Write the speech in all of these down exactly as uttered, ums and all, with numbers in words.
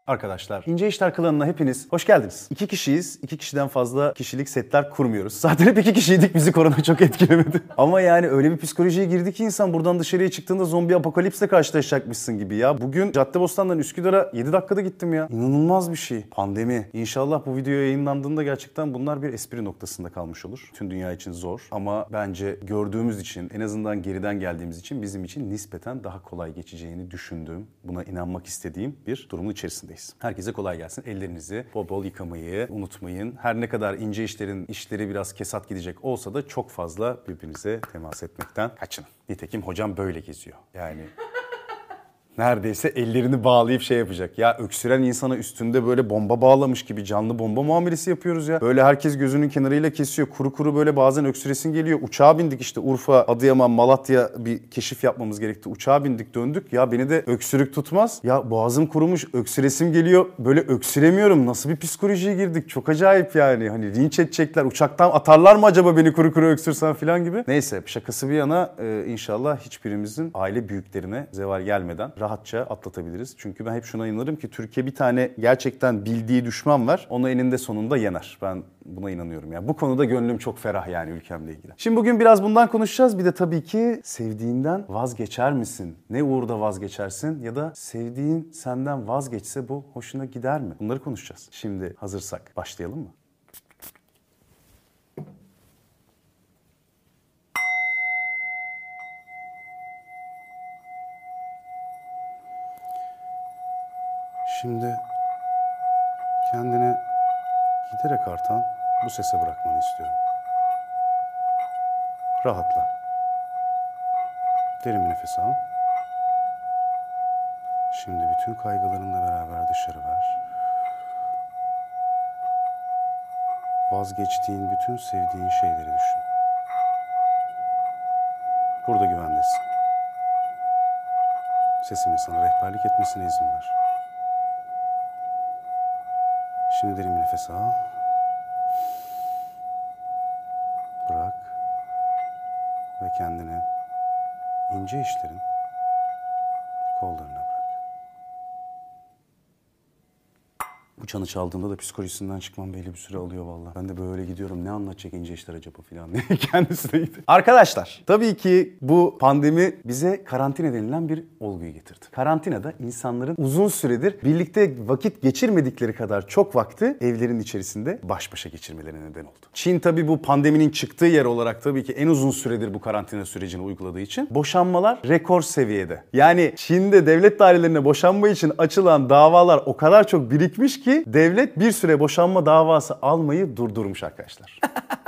Arkadaşlar, İnce İşler kanalına hepiniz hoş geldiniz. İki kişiyiz. İki kişiden fazla kişilik setler kurmuyoruz. Zaten hep iki kişiydik. Bizi korona çok etkilemedi. Ama yani öyle bir psikolojiye girdi ki insan buradan dışarıya çıktığında zombi apokalipsle karşılaşacakmışsın gibi ya. Bugün Caddebostan'dan Üsküdar'a yedi dakikada gittim ya. İnanılmaz bir şey. Pandemi. İnşallah bu video yayınlandığında gerçekten bunlar bir espri noktasında kalmış olur. Tüm dünya için zor. Ama bence gördüğümüz için, en azından geriden geldiğimiz için bizim için nispeten daha kolay geçeceğini düşündüğüm, buna inanmak istediğim bir durumun içerisindeyiz. Herkese kolay gelsin. Ellerinizi bol bol yıkamayı unutmayın. Her ne kadar ince işlerin işleri biraz kesat gidecek olsa da çok fazla birbirinize temas etmekten kaçının. Nitekim hocam böyle geziyor. Yani neredeyse ellerini bağlayıp şey yapacak. Ya öksüren insana üstünde böyle bomba bağlamış gibi canlı bomba muamelesi yapıyoruz ya. Böyle herkes gözünün kenarıyla kesiyor. Kuru kuru böyle bazen öksüresin geliyor. Uçağa bindik işte Urfa, Adıyaman, Malatya bir keşif yapmamız gerekti. Uçağa bindik döndük. Ya beni de öksürük tutmaz. Ya boğazım kurumuş, öksüresim geliyor. Böyle öksüremiyorum. Nasıl bir psikolojiye girdik? Çok acayip yani. Hani linç edecekler. Uçaktan atarlar mı acaba beni kuru kuru öksürsen falan gibi. Neyse şakası bir yana inşallah hiçbirimizin aile büyüklerine zeval gelmeden rahatça atlatabiliriz. Çünkü ben hep şuna inanırım ki Türkiye bir tane gerçekten bildiği düşman var. Onu eninde sonunda yener. Ben buna inanıyorum. Yani bu konuda gönlüm çok ferah yani ülkemle ilgili. Şimdi bugün biraz bundan konuşacağız. Bir de tabii ki sevdiğinden vazgeçer misin? Ne uğurda vazgeçersin? Ya da sevdiğin senden vazgeçse bu hoşuna gider mi? Bunları konuşacağız. Şimdi hazırsak başlayalım mı? Şimdi kendini giderek artan bu sese bırakmanı istiyorum. Rahatla. Derin bir nefes al. Şimdi bütün kaygılarınla beraber dışarı ver. Vazgeçtiğin bütün sevdiğin şeyleri düşün. Burada güvendesin. Sesimin sana rehberlik etmesine izin ver. Şimdi derin bir nefes al. Bırak. Ve kendini ince işlerin kollarına bırak. Bu çanı çaldığımda da psikolojisinden çıkmam belli bir süre alıyor vallahi. Ben de böyle gidiyorum. Ne anlatacak ince işler acaba falan diye kendisine gidiyor. Arkadaşlar tabii ki bu pandemi bize karantina denilen bir olguyu getirdi. Karantinada insanların uzun süredir birlikte vakit geçirmedikleri kadar çok vakti evlerin içerisinde baş başa geçirmelerine neden oldu. Çin tabii bu pandeminin çıktığı yer olarak tabii ki en uzun süredir bu karantina sürecini uyguladığı için boşanmalar rekor seviyede. Yani Çin'de devlet dairelerine boşanma için açılan davalar o kadar çok birikmiş ki devlet bir süre boşanma davası almayı durdurmuş arkadaşlar.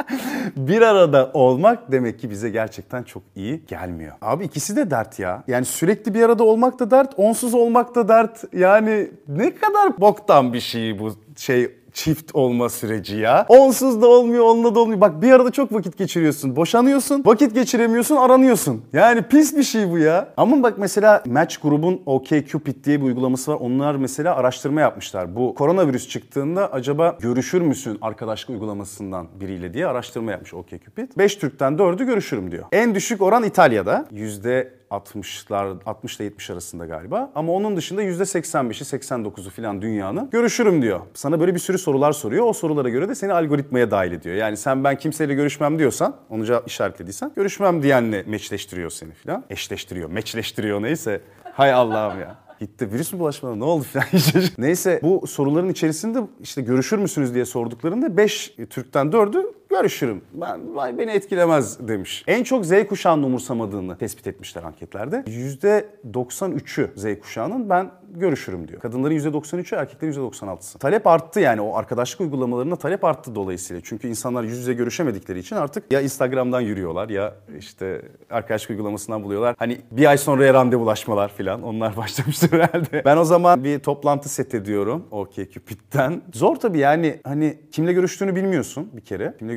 Bir arada olmak demek ki bize gerçekten çok iyi gelmiyor. Abi ikisi de dert ya. Yani sürekli bir arada olmak da dert, onsuz olmak da dert. Yani ne kadar boktan bir şey bu şey çift olma süreci ya. Onsuz da olmuyor, onunla da olmuyor. Bak bir arada çok vakit geçiriyorsun. Boşanıyorsun, vakit geçiremiyorsun, aranıyorsun. Yani pis bir şey bu ya. Ama bak mesela Match grubun OkCupid diye bir uygulaması var. Onlar mesela araştırma yapmışlar. Bu koronavirüs çıktığında acaba görüşür müsün arkadaşlık uygulamasından biriyle diye araştırma yapmış OkCupid. beş Türk'ten dördü görüşürüm diyor. En düşük oran İtalya'da. Yüzde altmışlar, altmış ile yetmiş arasında galiba. Ama onun dışında yüzde seksen beşi, seksen dokuzu falan dünyanın görüşürüm diyor. Sana böyle bir sürü sorular soruyor. O sorulara göre de seni algoritmaya dahil ediyor. Yani sen ben kimseyle görüşmem diyorsan, onu cevap işaretlediysen görüşmem diyenle meçleştiriyor seni falan. Eşleştiriyor, meçleştiriyor neyse. Hay Allah'ım ya. Gitti. Virüs mü bulaşmadı? Ne oldu falan. Neyse bu soruların içerisinde işte görüşür müsünüz diye sorduklarında beş Türk'ten dördü görüşürüm. Ben, beni etkilemez demiş. En çok Z kuşağının umursamadığını tespit etmişler anketlerde. yüzde doksan üçü Z kuşağının ben görüşürüm diyor. Kadınların yüzde doksan üçü, erkeklerin yüzde doksan altısı. Talep arttı yani o arkadaşlık uygulamalarına talep arttı dolayısıyla. Çünkü insanlar yüz yüze görüşemedikleri için artık ya Instagram'dan yürüyorlar ya işte arkadaşlık uygulamasından buluyorlar. Hani bir ay sonraya randevulaşmalar falan onlar başlamıştır herhalde. Ben o zaman bir toplantı set ediyorum OkCupid'den. Zor tabii yani hani kimle görüştüğünü bilmiyorsun bir kere. Kimle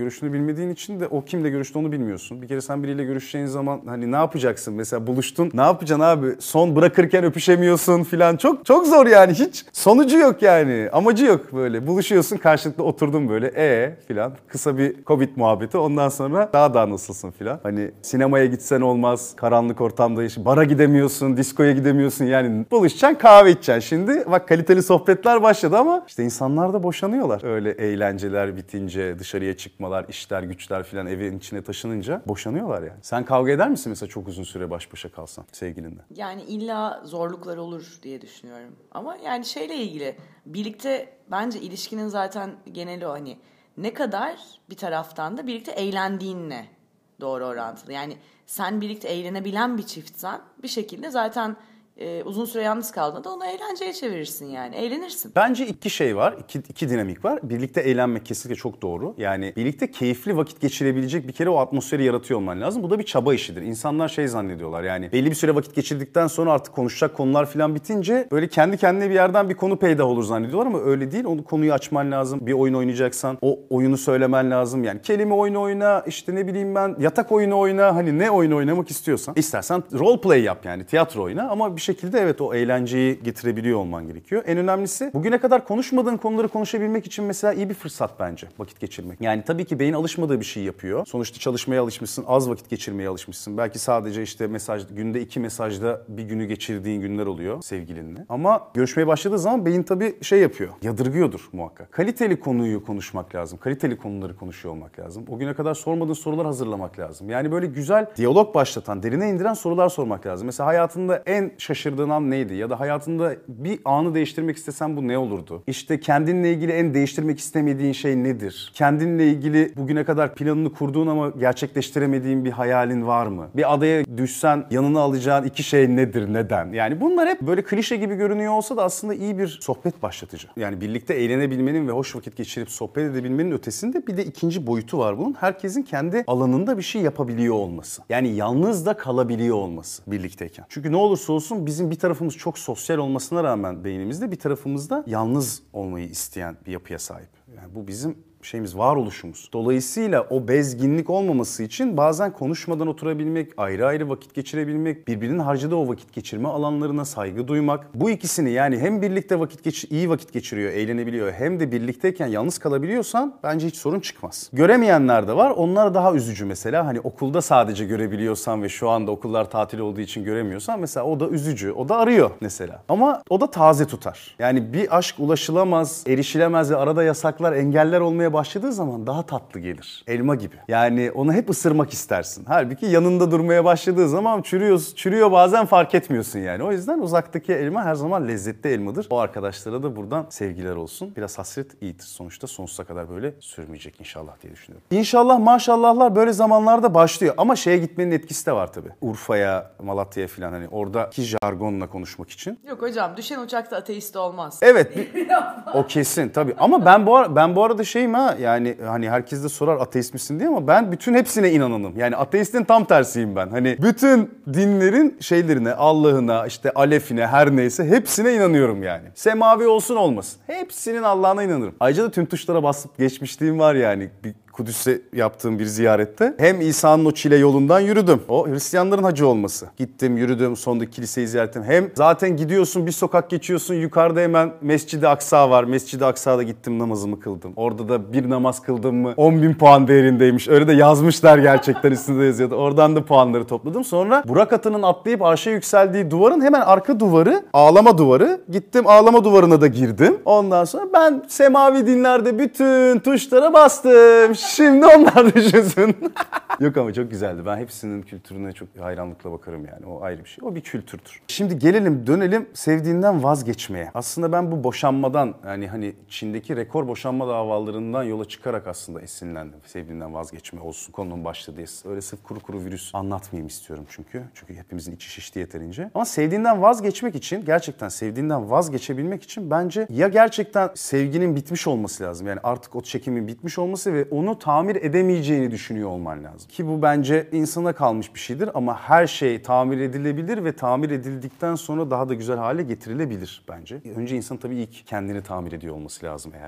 görüştüğünü bilmediğin için de o kimle görüştü onu bilmiyorsun. Bir kere sen biriyle görüşeceğin zaman hani ne yapacaksın? Mesela buluştun. Ne yapacaksın abi? Son bırakırken öpüşemiyorsun falan. Çok çok zor yani. Hiç sonucu yok yani. Amacı yok böyle. Buluşuyorsun, karşılıklı oturdun böyle. E falan. Kısa bir Covid muhabbeti. Ondan sonra daha daha nasılsın falan. Hani sinemaya gitsen olmaz. Karanlık ortamda iş. Bara gidemiyorsun, diskoya gidemiyorsun. Yani buluşacaksın, kahve içeceksin. Şimdi bak kaliteli sohbetler başladı ama işte insanlar da boşanıyorlar. Öyle eğlenceler bitince, dışarıya çıkmalar, işler, güçler falan evin içine taşınınca boşanıyorlar yani. Sen kavga eder misin mesela çok uzun süre baş başa kalsan sevgilinle? Yani illa zorluklar olur diye düşünüyorum. Ama yani şeyle ilgili birlikte bence ilişkinin zaten geneli o hani ne kadar bir taraftan da birlikte eğlendiğinle doğru orantılı. Yani sen birlikte eğlenebilen bir çiftsen bir şekilde zaten e, uzun süre yalnız kaldığında da onu eğlenceye çevirirsin yani. Eğlenirsin. Bence iki şey var, iki, iki dinamik var. Birlikte eğlenmek kesinlikle çok doğru. Yani birlikte keyifli vakit geçirebilecek bir kere o atmosferi yaratıyor olman lazım. Bu da bir çaba işidir. İnsanlar şey zannediyorlar yani belli bir süre vakit geçirdikten sonra artık konuşacak konular falan bitince böyle kendi kendine bir yerden bir konu peydah olur zannediyorlar ama öyle değil. Onu konuyu açman lazım. Bir oyun oynayacaksan o oyunu söylemen lazım. Yani kelime oyunu oyna, işte ne bileyim ben yatak oyunu oyna. Hani ne oyun oynamak istiyorsan. İstersen role play yap yani tiyatro oyna ama bir şekilde evet o eğlenceyi getirebiliyor olman gerekiyor. En önemlisi bugüne kadar konuşmadığın konuları konuşabilmek için mesela iyi bir fırsat bence vakit geçirmek. Yani tabii ki beyin alışmadığı bir şey yapıyor. Sonuçta çalışmaya alışmışsın, az vakit geçirmeye alışmışsın. Belki sadece işte mesaj, günde iki mesajda bir günü geçirdiğin günler oluyor sevgilinle. Ama görüşmeye başladığı zaman beyin tabii şey yapıyor, yadırgıyordur muhakkak. Kaliteli konuyu konuşmak lazım, kaliteli konuları konuşuyor olmak lazım. O güne kadar sormadığın sorular hazırlamak lazım. Yani böyle güzel diyalog başlatan, derine indiren sorular sormak lazım. Mesela hayatında en şaşırdığın an neydi? Ya da hayatında bir anı değiştirmek istesen bu ne olurdu? İşte kendinle ilgili en değiştirmek istemediğin şey nedir? Kendinle ilgili bugüne kadar planını kurduğun ama gerçekleştiremediğin bir hayalin var mı? Bir adaya düşsen yanına alacağın iki şey nedir? Neden? Yani bunlar hep böyle klişe gibi görünüyor olsa da aslında iyi bir sohbet başlatıcı. Yani birlikte eğlenebilmenin ve hoş vakit geçirip sohbet edebilmenin ötesinde bir de ikinci boyutu var bunun. Herkesin kendi alanında bir şey yapabiliyor olması. Yani yalnız da kalabiliyor olması birlikteyken. Çünkü ne olursa olsun bizim bir tarafımız çok sosyal olmasına rağmen beynimizde bir tarafımızda yalnız olmayı isteyen bir yapıya sahip. Yani bu bizim şeyimiz, varoluşumuz. Dolayısıyla o bezginlik olmaması için bazen konuşmadan oturabilmek, ayrı ayrı vakit geçirebilmek, birbirinin harcadığı o vakit geçirme alanlarına saygı duymak. Bu ikisini yani hem birlikte vakit geç iyi vakit geçiriyor, eğlenebiliyor hem de birlikteyken yalnız kalabiliyorsan bence hiç sorun çıkmaz. Göremeyenler de var. Onlar daha üzücü mesela. Hani okulda sadece görebiliyorsan ve şu anda okullar tatil olduğu için göremiyorsan mesela o da üzücü. O da arıyor mesela. Ama o da taze tutar. Yani bir aşk ulaşılamaz, erişilemez ve arada yasaklar, engeller olmaya başladığı zaman daha tatlı gelir. Elma gibi. Yani onu hep ısırmak istersin. Halbuki yanında durmaya başladığı zaman çürüyor, çürüyor bazen fark etmiyorsun yani. O yüzden uzaktaki elma her zaman lezzetli elmadır. O arkadaşlara da buradan sevgiler olsun. Biraz hasret iyidir. Sonuçta sonsuza kadar böyle sürmeyecek inşallah diye düşünüyorum. İnşallah maşallahlar böyle zamanlarda başlıyor. Ama şeye gitmenin etkisi de var tabii. Urfa'ya, Malatya'ya falan hani oradaki jargonla konuşmak için. Yok hocam düşen uçakta ateist olmaz. Evet. Bir, o kesin tabii. Ama ben bu ara, ben bu arada şeyim ha yani hani herkes de sorar ateist misin diye ama ben bütün hepsine inananım. Yani ateistin tam tersiyim ben. Hani bütün dinlerin şeylerine, Allah'ına, işte Alef'ine her neyse hepsine inanıyorum yani. Semavi olsun olmasın. Hepsinin Allah'ına inanırım. Ayrıca da tüm tuşlara basıp geçmişliğim var yani. Bir Kudüs'e yaptığım bir ziyarette. Hem İsa'nın o çile yolundan yürüdüm. O Hristiyanların hacı olması. Gittim, yürüdüm, sondaki kiliseyi ziyaret ettim. Hem zaten gidiyorsun bir sokak geçiyorsun yukarıda hemen Mescid-i Aksa var. Mescid-i Aksa'da gittim namazımı kıldım. Orada da bir namaz kıldım mı on bin puan değerindeymiş. Öyle de yazmışlar gerçekten üstünde yazıyordu. Oradan da puanları topladım. Sonra Burak atının atlayıp arşa yükseldiği duvarın hemen arka duvarı ağlama duvarı. Gittim ağlama duvarına da girdim. Ondan sonra ben semavi dinlerde bütün tuşlara bastım. Şimdi onlar düşünsün. Yok ama çok güzeldi. Ben hepsinin kültürüne çok hayranlıkla bakarım yani. O ayrı bir şey. O bir kültürdür. Şimdi gelelim dönelim sevdiğinden vazgeçmeye. Aslında ben bu boşanmadan yani hani Çin'deki rekor boşanma davalarından yola çıkarak aslında esinlendim. Sevdiğinden vazgeçme olsun konunun başlığı diye. Öyle sırf kuru kuru virüs anlatmayayım istiyorum çünkü. Çünkü hepimizin içi şişti yeterince. Ama sevdiğinden vazgeçmek için gerçekten sevdiğinden vazgeçebilmek için bence ya gerçekten sevginin bitmiş olması lazım. Yani artık o çekimin bitmiş olması ve onu tamir edemeyeceğini düşünüyor olman lazım. Ki bu bence insana kalmış bir şeydir ama her şey tamir edilebilir ve tamir edildikten sonra daha da güzel hale getirilebilir bence. Önce insan tabii ilk kendini tamir ediyor olması lazım eğer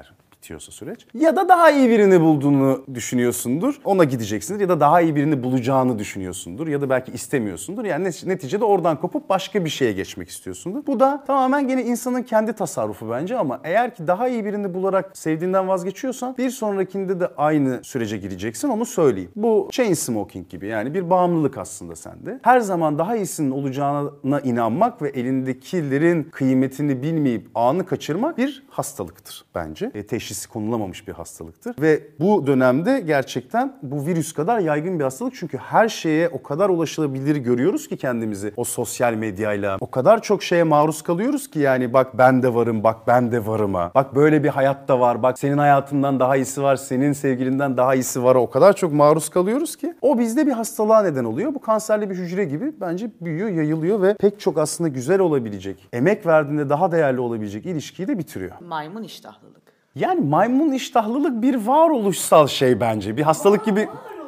bitiyorsa süreç. Ya da daha iyi birini bulduğunu düşünüyorsundur. Ona gideceksindir. Ya da daha iyi birini bulacağını düşünüyorsundur. Ya da belki istemiyorsundur. Yani neticede oradan kopup başka bir şeye geçmek istiyorsundur. Bu da tamamen gene insanın kendi tasarrufu bence ama eğer ki daha iyi birini bularak sevdiğinden vazgeçiyorsan bir sonrakinde de aynı sürece gireceksin, onu söyleyeyim. Bu chain smoking gibi, yani bir bağımlılık aslında sende. Her zaman daha iyisinin olacağına inanmak ve elindekilerin kıymetini bilmeyip anı kaçırmak bir hastalıktır bence. E, teşhisi konulamamış bir hastalıktır. Ve bu dönemde gerçekten bu virüs kadar yaygın bir hastalık. Çünkü her şeye o kadar ulaşılabilir görüyoruz ki kendimizi o sosyal medyayla. O kadar çok şeye maruz kalıyoruz ki yani bak ben de varım, bak ben de varıma. Bak böyle bir hayat da var, bak senin hayatından daha iyisi var, senin sevgilinden daha iyisi var. O kadar çok maruz kalıyoruz ki o bizde bir hastalığa neden oluyor. Bu kanserli bir hücre gibi bence büyüyor, yayılıyor ve pek çok aslında güzel olabilecek, emek verdiğinde daha değerli olabilecek ilişkiyi de bitiriyor. Maymun iştahlılık. Yani maymun iştahlılık bir varoluşsal şey bence. Bir hastalık gibi.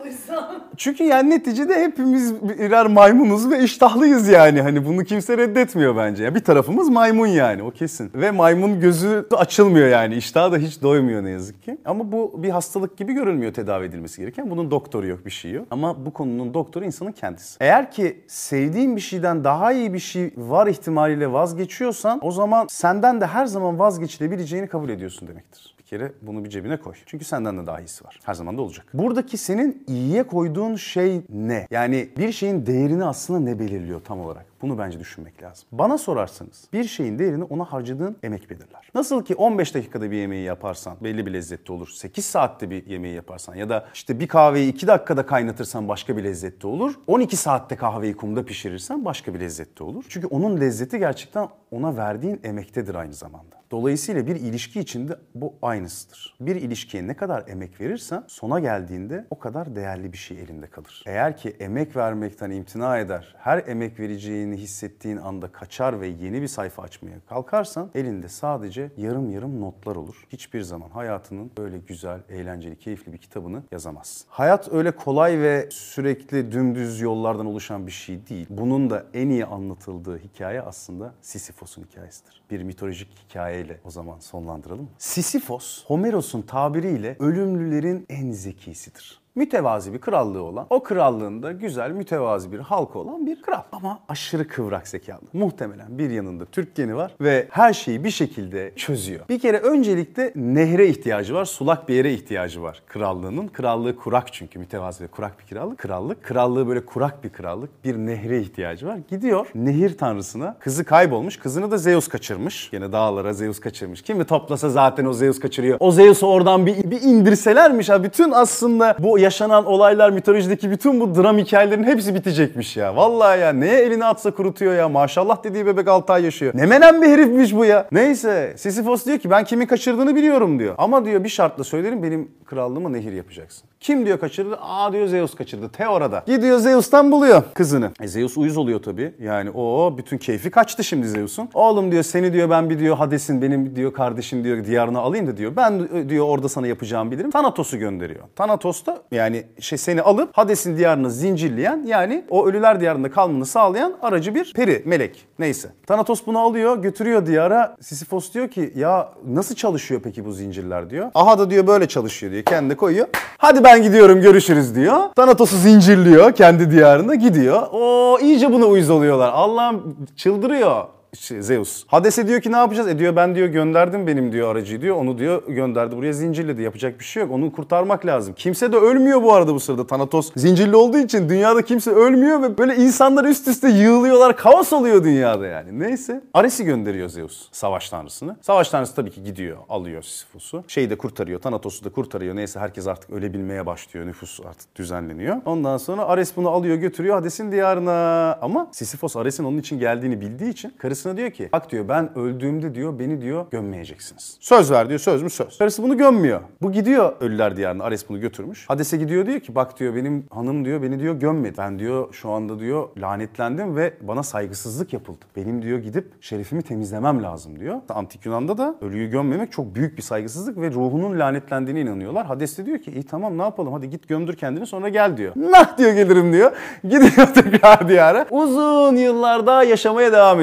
Çünkü yani neticede hepimiz birer maymunuz ve iştahlıyız yani. Hani bunu kimse reddetmiyor bence. Yani bir tarafımız maymun yani, o kesin. Ve maymun gözü açılmıyor yani. İştahı da hiç doymuyor ne yazık ki. Ama bu bir hastalık gibi görülmüyor tedavi edilmesi gereken. Bunun doktoru yok, bir şey yok. Ama bu konunun doktoru insanın kendisi. Eğer ki sevdiğin bir şeyden daha iyi bir şey var ihtimaliyle vazgeçiyorsan o zaman senden de her zaman vazgeçilebileceğini kabul ediyorsun demektir. Bir kere bunu bir cebine koy. Çünkü senden de daha iyisi var. Her zaman da olacak. Buradaki senin iyiye koyduğun şey ne? Yani bir şeyin değerini aslında ne belirliyor tam olarak? Bunu bence düşünmek lazım. Bana sorarsanız bir şeyin değerini ona harcadığın emek belirler. Nasıl ki on beş dakikada bir yemeği yaparsan belli bir lezzette olur. sekiz saatte bir yemeği yaparsan ya da işte bir kahveyi iki dakikada kaynatırsan başka bir lezzette olur. on iki saatte kahveyi kumda pişirirsen başka bir lezzette olur. Çünkü onun lezzeti gerçekten ona verdiğin emektedir aynı zamanda. Dolayısıyla bir ilişki içinde bu aynısıdır. Bir ilişkiye ne kadar emek verirsen sona geldiğinde o kadar değerli bir şey elinde kalır. Eğer ki emek vermekten imtina eder, her emek vereceğini hissettiğin anda kaçar ve yeni bir sayfa açmaya kalkarsan elinde sadece yarım yarım notlar olur. Hiçbir zaman hayatının böyle güzel, eğlenceli, keyifli bir kitabını yazamazsın. Hayat öyle kolay ve sürekli dümdüz yollardan oluşan bir şey değil. Bunun da en iyi anlatıldığı hikaye aslında Sisyphos'un hikayesidir. Bir mitolojik hikayeyle o zaman sonlandıralım mı? Sisyphos, Homeros'un tabiriyle ölümlülerin en zekisidir. Mütevazi bir krallığı olan, o krallığında güzel, mütevazi bir halkı olan bir kral. Ama aşırı kıvrak zekalı. Muhtemelen bir yanında Türkgeni var ve her şeyi bir şekilde çözüyor. Bir kere öncelikle nehre ihtiyacı var, sulak bir yere ihtiyacı var krallığının. Krallığı kurak çünkü, mütevazi ve kurak bir krallık. Krallık, krallığı böyle kurak bir krallık. Bir nehre ihtiyacı var. Gidiyor nehir tanrısına, kızı kaybolmuş, kızını da Zeus kaçırmış. Gene dağlara Zeus kaçırmış. Kimi toplasa zaten o Zeus kaçırıyor. O Zeus'u oradan bir, bir indirselermiş ha. Bütün aslında bu yaşanan olaylar, mitolojideki bütün bu dram hikayelerin hepsi bitecekmiş ya. Vallahi ya, neye elini atsa kurutuyor ya. Maşallah dediği bebek altı ay yaşıyor. Ne menen bir herifmiş bu ya. Neyse, Sisyphos diyor ki ben kimin kaçırdığını biliyorum diyor. Ama diyor bir şartla söylerim, benim krallığıma nehir yapacaksın. Kim diyor kaçırdı? Aa diyor Zeus kaçırdı. Te orada. Gidiyor Zeus'tan buluyor kızını. E Zeus uyuz oluyor tabii. Yani o bütün keyfi kaçtı şimdi Zeus'un. Oğlum diyor seni diyor ben bir diyor Hades'in benim diyor kardeşin diyor diyarına alayım da diyor. Ben diyor orada sana yapacağımı bilirim. Thanatos'u gönderiyor. Thanatos da yani şey seni alıp Hades'in diyarını zincirleyen, yani o ölüler diyarında kalmanı sağlayan aracı bir peri, melek. Neyse. Thanatos bunu alıyor, götürüyor diyara. Sisyphos diyor ki ya nasıl çalışıyor peki bu zincirler diyor. Aha da diyor böyle çalışıyor diyor. Kendine koyuyor. Hadi ben gidiyorum görüşürüz diyor. Thanatos'u zincirliyor kendi diyarına, gidiyor. O iyice buna uyuz oluyorlar. Allah'ım çıldırıyor. Zeus. Hades'e diyor ki ne yapacağız? E diyor ben diyor gönderdim benim diyor aracıyı diyor. Onu diyor gönderdi buraya zincirledi. Yapacak bir şey yok. Onu kurtarmak lazım. Kimse de ölmüyor bu arada bu sırada. Thanatos zincirli olduğu için dünyada kimse ölmüyor ve böyle insanlar üst üste yığılıyorlar. Kaos oluyor dünyada yani. Neyse. Ares'i gönderiyor Zeus. Savaş tanrısını. Savaş tanrısı tabii ki gidiyor. Alıyor Sisyphos'u. Şeyi de kurtarıyor. Thanatos'u da kurtarıyor. Neyse herkes artık ölebilmeye başlıyor. Nüfus artık düzenleniyor. Ondan sonra Ares bunu alıyor götürüyor Hades'in diyarına. Ama Sisyphos Ares'in onun için geldiğini bildiği için karısı diyor ki bak diyor ben öldüğümde diyor beni diyor gömmeyeceksiniz. Söz ver diyor, söz mü söz. Karısı bunu gömmüyor. Bu gidiyor ölüler diyarına, Ares bunu götürmüş. Hades'e gidiyor diyor ki bak diyor benim hanım diyor beni diyor gömmedi. Ben diyor şu anda diyor lanetlendim ve bana saygısızlık yapıldı. Benim diyor gidip şerefimi temizlemem lazım diyor. Antik Yunan'da da ölüyü gömmemek çok büyük bir saygısızlık ve ruhunun lanetlendiğine inanıyorlar. Hades de diyor ki iyi tamam ne yapalım hadi git gömdür kendini sonra gel diyor. Nah diyor gelirim diyor. Gidiyor tekrar diyara. Uzun yıllar daha yaşamaya devam ediyor Sisyphos.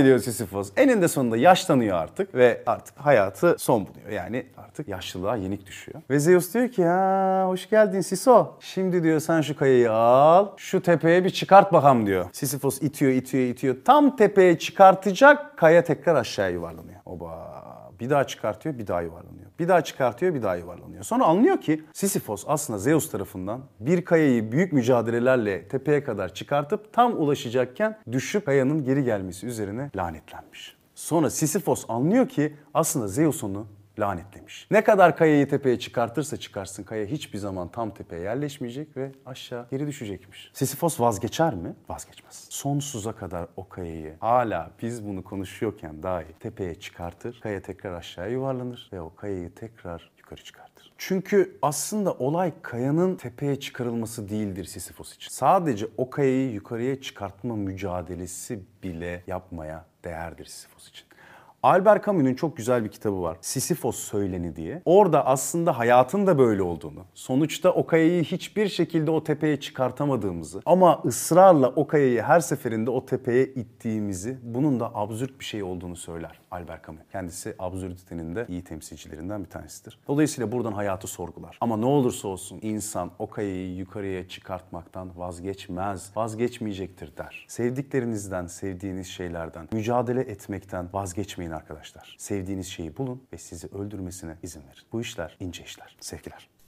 Sisyphos eninde sonunda yaşlanıyor artık ve artık hayatı son buluyor. Yani artık yaşlılığa yenik düşüyor. Ve Zeus diyor ki ha hoş geldin Siso. Şimdi diyor sen şu kayayı al, şu tepeye bir çıkart bakalım diyor. Sisyphos itiyor, itiyor, itiyor. Tam tepeye çıkartacak, kaya tekrar aşağıya yuvarlanıyor. Oba. Bir daha çıkartıyor, bir daha yuvarlanıyor. Bir daha çıkartıyor, bir daha yuvarlanıyor. Sonra anlıyor ki Sisyphos aslında Zeus tarafından bir kayayı büyük mücadelelerle tepeye kadar çıkartıp tam ulaşacakken düşüp kayanın geri gelmesi üzerine lanetlenmiş. Sonra Sisyphos anlıyor ki aslında Zeus onu lanetlemiş. Ne kadar kayayı tepeye çıkartırsa çıkarsın kaya hiçbir zaman tam tepeye yerleşmeyecek ve aşağı geri düşecekmiş. Sisyphos vazgeçer mi? Vazgeçmez. Sonsuza kadar o kayayı hala biz bunu konuşuyorken dahi tepeye çıkartır. Kaya tekrar aşağıya yuvarlanır ve o kayayı tekrar yukarı çıkartır. Çünkü aslında olay kayanın tepeye çıkarılması değildir Sisyphos için. Sadece o kayayı yukarıya çıkartma mücadelesi bile yapmaya değerdir Sisyphos için. Albert Camus'un çok güzel bir kitabı var. Sisyphos Söyleni diye. Orada aslında hayatın da böyle olduğunu, sonuçta o kayayı hiçbir şekilde o tepeye çıkartamadığımızı ama ısrarla o kayayı her seferinde o tepeye ittiğimizi, bunun da absürt bir şey olduğunu söyler Albert Camus. Kendisi absürditenin de iyi temsilcilerinden bir tanesidir. Dolayısıyla buradan hayatı sorgular. Ama ne olursa olsun insan o kayayı yukarıya çıkartmaktan vazgeçmez, vazgeçmeyecektir der. Sevdiklerinizden, sevdiğiniz şeylerden, mücadele etmekten vazgeçmeyin arkadaşlar. Sevdiğiniz şeyi bulun ve sizi öldürmesine izin verin. Bu işler ince işler. Sevgiler.